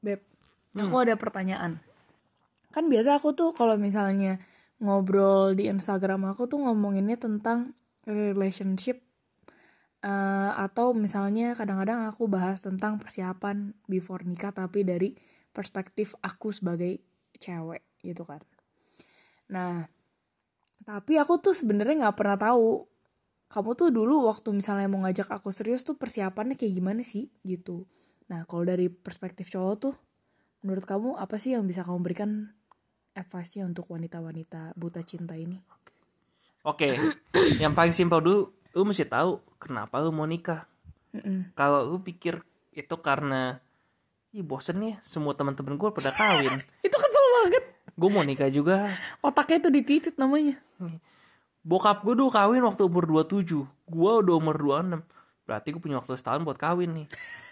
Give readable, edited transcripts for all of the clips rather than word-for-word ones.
Beb, aku ada pertanyaan. Kan biasa aku tuh kalau misalnya ngobrol di Instagram aku tuh ngomonginnya tentang relationship, atau misalnya kadang-kadang aku bahas tentang persiapan before nikah tapi dari perspektif aku sebagai cewek gitu kan. Nah, tapi aku tuh sebenarnya nggak pernah tahu kamu tuh dulu waktu misalnya mau ngajak aku serius tuh persiapannya kayak gimana sih gitu. Nah, kalau dari perspektif cowok tuh, menurut kamu apa sih yang bisa kamu berikan advice-nya untuk wanita-wanita buta cinta ini? Oke, yang paling simpel dulu, lu mesti tahu kenapa lu mau nikah. Kalau lu pikir itu karena bosen nih, semua teman-teman gue pada kawin, Itu kesel banget. gue mau nikah juga. Otaknya tuh dititit namanya. Bokap gue dulu kawin waktu umur 27, gue udah umur 26. Berarti gue punya waktu setahun buat kawin nih.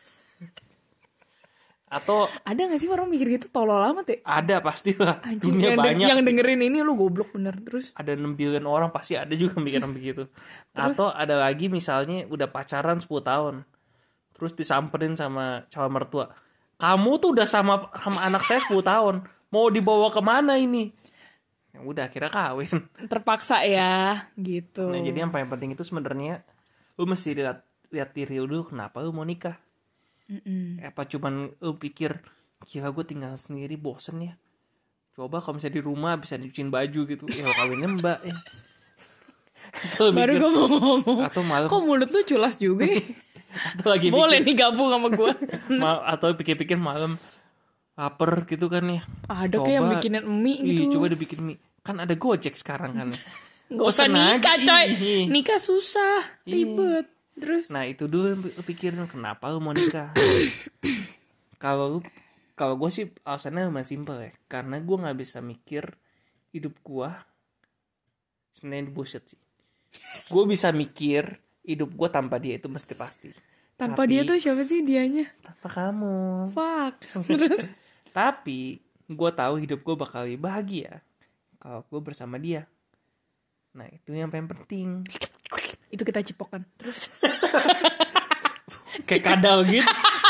Atau Ada gak sih orang mikir gitu, tolol amat ya? ada pastilah. Anjing, Dunia banyak. yang dengerin ini lu goblok bener. Terus Ada 6 billion orang pasti ada juga mikiran begitu. Atau ada lagi misalnya udah pacaran 10 tahun. Terus disamperin sama calon mertua. Kamu tuh udah sama anak saya 10 tahun. Mau dibawa kemana ini? Ya udah akhirnya kawin. terpaksa ya gitu. Nah, jadi yang paling penting itu sebenarnya lu mesti lihat diri lu dulu, kenapa lu mau nikah. Apa cuman lu pikir gila gue tinggal sendiri bosen ya. Coba kalau misalnya di rumah bisa nyuciin baju gitu. Ya kawinnya mbak ya. Baru gue mau ngomong. Atau malam. Kok mulut lu culas juga ya? Atau lagi Boleh mikir, nih gabung sama gue. atau pikir-pikir malam lapar gitu kan ya. Ada kayak yang bikinin mie gitu. Coba dibikin mie. Kan ada Gojek sekarang kan. Gak usah Pesen nikah aja, coy. ih. Nikah susah, ribet. Terus Nah itu dulu yang pikirin kenapa lu mau nikah. Kalau gue sih alasannya lumayan simpel ya. Karena gue nggak bisa mikir hidup gue. Sebenarnya bullshit sih. Gue bisa mikir hidup gue tanpa dia itu mesti pasti. tanpa dia tuh siapa sih dianya? Tanpa kamu. Fuck. Terus Tapi gue tahu hidup gue bakal lebih bahagia kalau gue bersama dia. Nah itu yang paling penting. itu kita cipokan. Terus Kayak kadal gitu.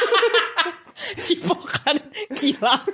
cipokan kilat.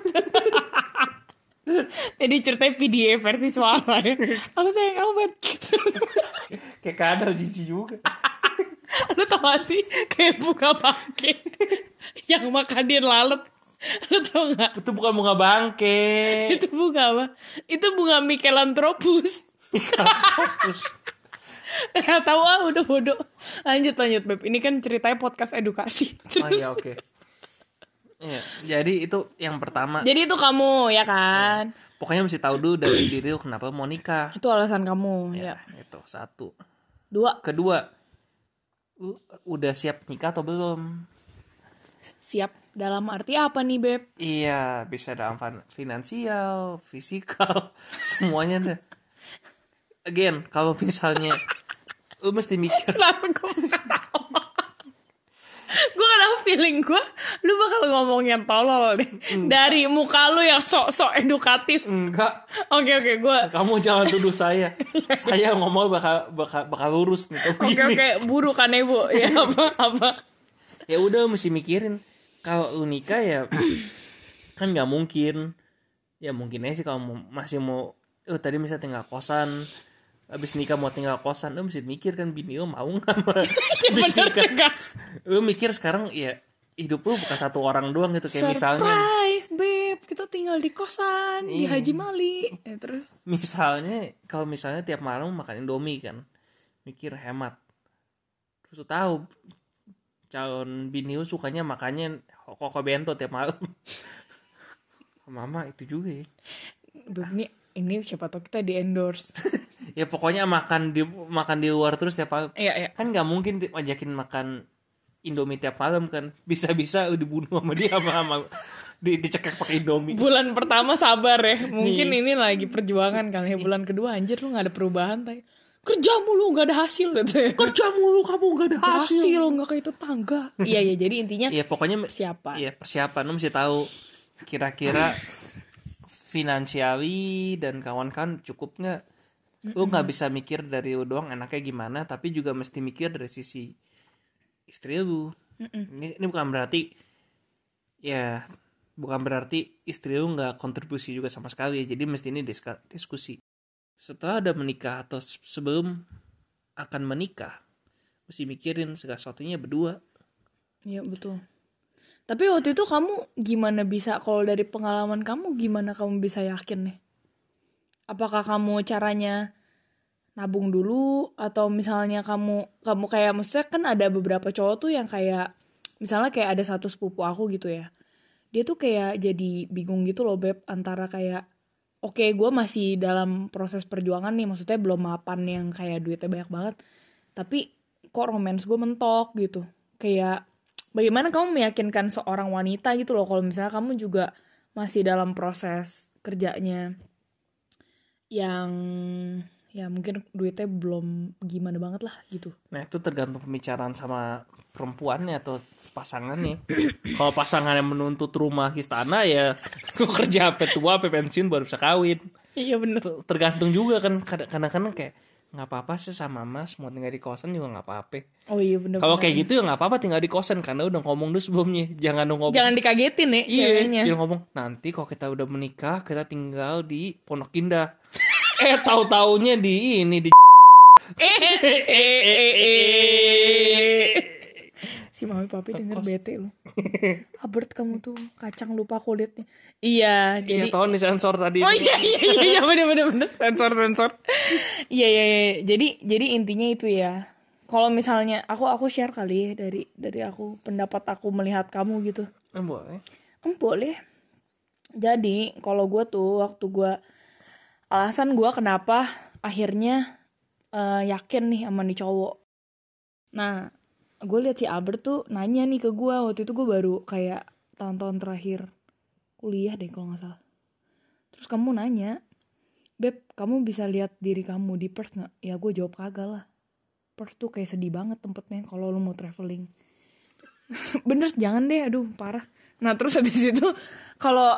Jadi ceritanya PDF versi suara ya. Aku sayang kamu banget. Kayak kadal jijik juga. Lu tau gak sih kayak bunga bangke yang makanin lalat. Lu tau gak? Itu bukan bunga bangke. Itu bunga apa? Itu bunga Michelanthropus. Terus Gak tau udah bodoh. Lanjut Beb. Ini kan ceritanya podcast edukasi. oh iya oke. Ya, jadi itu yang pertama. Jadi itu kamu ya kan? Pokoknya mesti tahu dulu dari diri lu kenapa mau nikah. Itu alasan kamu ya. Itu satu. Dua, Kedua, lu udah siap nikah atau belum? siap dalam arti apa nih Beb? Iya, bisa dalam finansial, fisikal, semuanya deh. Again, kalau misalnya lu mesti mikir. Kenapa gue ketawa? Gue kenapa feeling gue lu bakal ngomong yang tolol deh. Dari muka lu yang sok-sok edukatif. Enggak, Oke gue. kamu jangan tuduh saya. Saya ngomong bakal lurus nih. Oke buru kan ibu. Ya apa? Ya udah mesti mikirin. Kalau lu nikah ya kan nggak mungkin. Ya mungkin aja sih kalau masih mau. Tadi misalnya tinggal kosan. Abis nikah mau tinggal kosan, lu mesti mikir kan bini lu mau nggak abis nikah. Lu mikir sekarang ya hidup lu bukan satu orang doang gitu kayak misalnya. Surprise, Beb, kita tinggal di kosan di Haji Mali. Terus Misalnya kalau misalnya tiap malam makan Indomie kan, mikir hemat. Terus lu tahu calon bini lu sukanya makannya koko bento tiap malam. Mama itu juga ya. Beb, ini siapa tau kita di endorse. Ya pokoknya makan di luar terus ya Pak. Iya. Kan nggak mungkin ajakin makan Indomie tiap malam kan. Bisa-bisa dibunuh sama dia sama dicekek pakai Indomie. Bulan pertama sabar ya. Mungkin ini lagi perjuangan kali ya. Bulan kedua anjir lu gak ada perubahan tay. Kerja mulu gak ada hasil gitu ya. Kerja mulu kamu gak ada hasil. Gak kayak tetangga. Iya jadi intinya ya pokoknya persiapan. Iya persiapan. Lu mesti tahu kira-kira finansiali dan kawan-kawan cukup nggak. Lu nggak bisa mikir dari lu doang enaknya gimana, tapi juga mesti mikir dari sisi istri lu. Ini bukan berarti ya Bukan berarti istri lu nggak kontribusi juga sama sekali. Jadi mesti ini diskusi. Setelah udah menikah atau sebelum akan menikah, mesti mikirin segala sesuatunya berdua. Iya betul. Tapi waktu itu kamu gimana bisa, kalau dari pengalaman kamu gimana kamu bisa yakin nih? Apakah kamu caranya nabung dulu, atau misalnya kamu kayak, maksudnya kan ada beberapa cowok tuh yang kayak, misalnya kayak ada satu sepupu aku gitu ya, dia tuh kayak jadi bingung gitu loh Beb, antara kayak oke gue masih dalam proses perjuangan nih, maksudnya belum mapan yang kayak duitnya banyak banget, tapi kok romance gue mentok gitu. Kayak bagaimana kamu meyakinkan seorang wanita gitu loh, kalau misalnya kamu juga masih dalam proses kerjanya yang ya mungkin duitnya belum gimana banget lah gitu. Nah itu tergantung pembicaraan sama perempuannya atau pasangannya. Kalau pasangannya menuntut rumah istana ya gue kerja sampai tua sampai pensiun baru bisa kawin. Iya bener. Tergantung juga kan, kadang-kadang kayak nggak apa-apa sih sama mas mau tinggal di kosan juga nggak apa-apa. Oh iya bener. Kalau kayak gitu ya nggak apa-apa tinggal di kosan, karena udah ngomong dulu sebelumnya. Jangan ngomong. Jangan dikagetin nih ceweknya. Jangan ngomong nanti kalau kita udah menikah kita tinggal di Pondok Indah. Tahu-taunya di ini di Si mami papi denger bete lu. Albert kamu tuh kacang lupa kulitnya. Iya, jadi tahun disensor tadi. oh iya bener sensor. Iya. Jadi intinya itu ya. Kalau misalnya aku share kali ya dari aku, pendapat aku melihat kamu gitu. Boleh. Boleh. Jadi kalau gue tuh waktu gue, alasan gue kenapa akhirnya yakin nih sama nih cowok. Nah, gue lihat si Albert tuh nanya nih ke gue, waktu itu gue baru kayak tahun-tahun terakhir kuliah deh kalau nggak salah. Terus kamu nanya, Beb, kamu bisa lihat diri kamu di Perth nggak? Ya gue jawab kagak lah. Perth tuh kayak sedih banget tempatnya kalau lu mau traveling. Bener, jangan deh, aduh parah. Nah terus habis itu kalau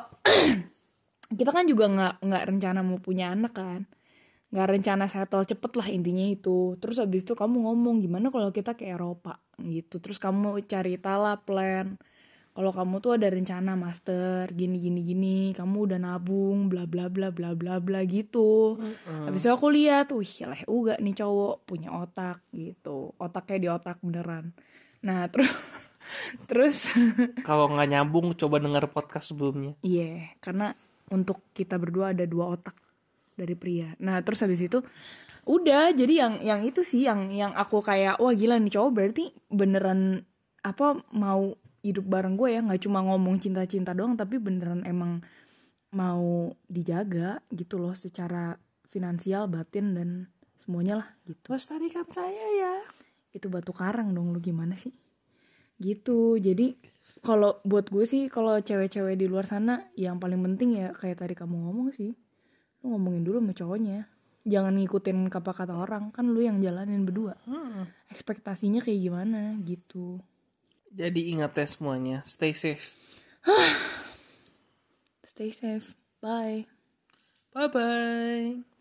kita kan juga nggak rencana mau punya anak kan, nggak rencana settle cepet lah intinya itu. Terus habis itu kamu ngomong gimana kalau kita ke Eropa gitu. Terus kamu cari lah plan, kalau kamu tuh ada rencana master gini, kamu udah nabung bla bla bla bla bla bla gitu. Habis itu aku lihat, wih lah uga nih cowok punya otak gitu, otaknya di otak beneran. Nah terus Kalau nggak nyambung coba denger podcast sebelumnya. iya, karena untuk kita berdua ada 2 otak dari pria. Nah terus habis itu udah, jadi yang itu sih yang aku kayak wah gila nih cowok berarti beneran apa mau hidup bareng gue ya, nggak cuma ngomong cinta-cinta doang, tapi beneran emang mau dijaga gitu loh secara finansial, batin dan semuanya lah gitu. Lestarikan saya ya. Itu batu karang dong, lu gimana sih? Gitu. Jadi kalau buat gue sih, kalau cewek-cewek di luar sana yang paling penting ya kayak tadi kamu ngomong sih, lu ngomongin dulu sama cowoknya, jangan ngikutin kata orang, kan lu yang jalanin berdua. Ekspektasinya kayak gimana gitu. Jadi ingat ya semuanya, stay safe. Stay safe, bye. Bye bye.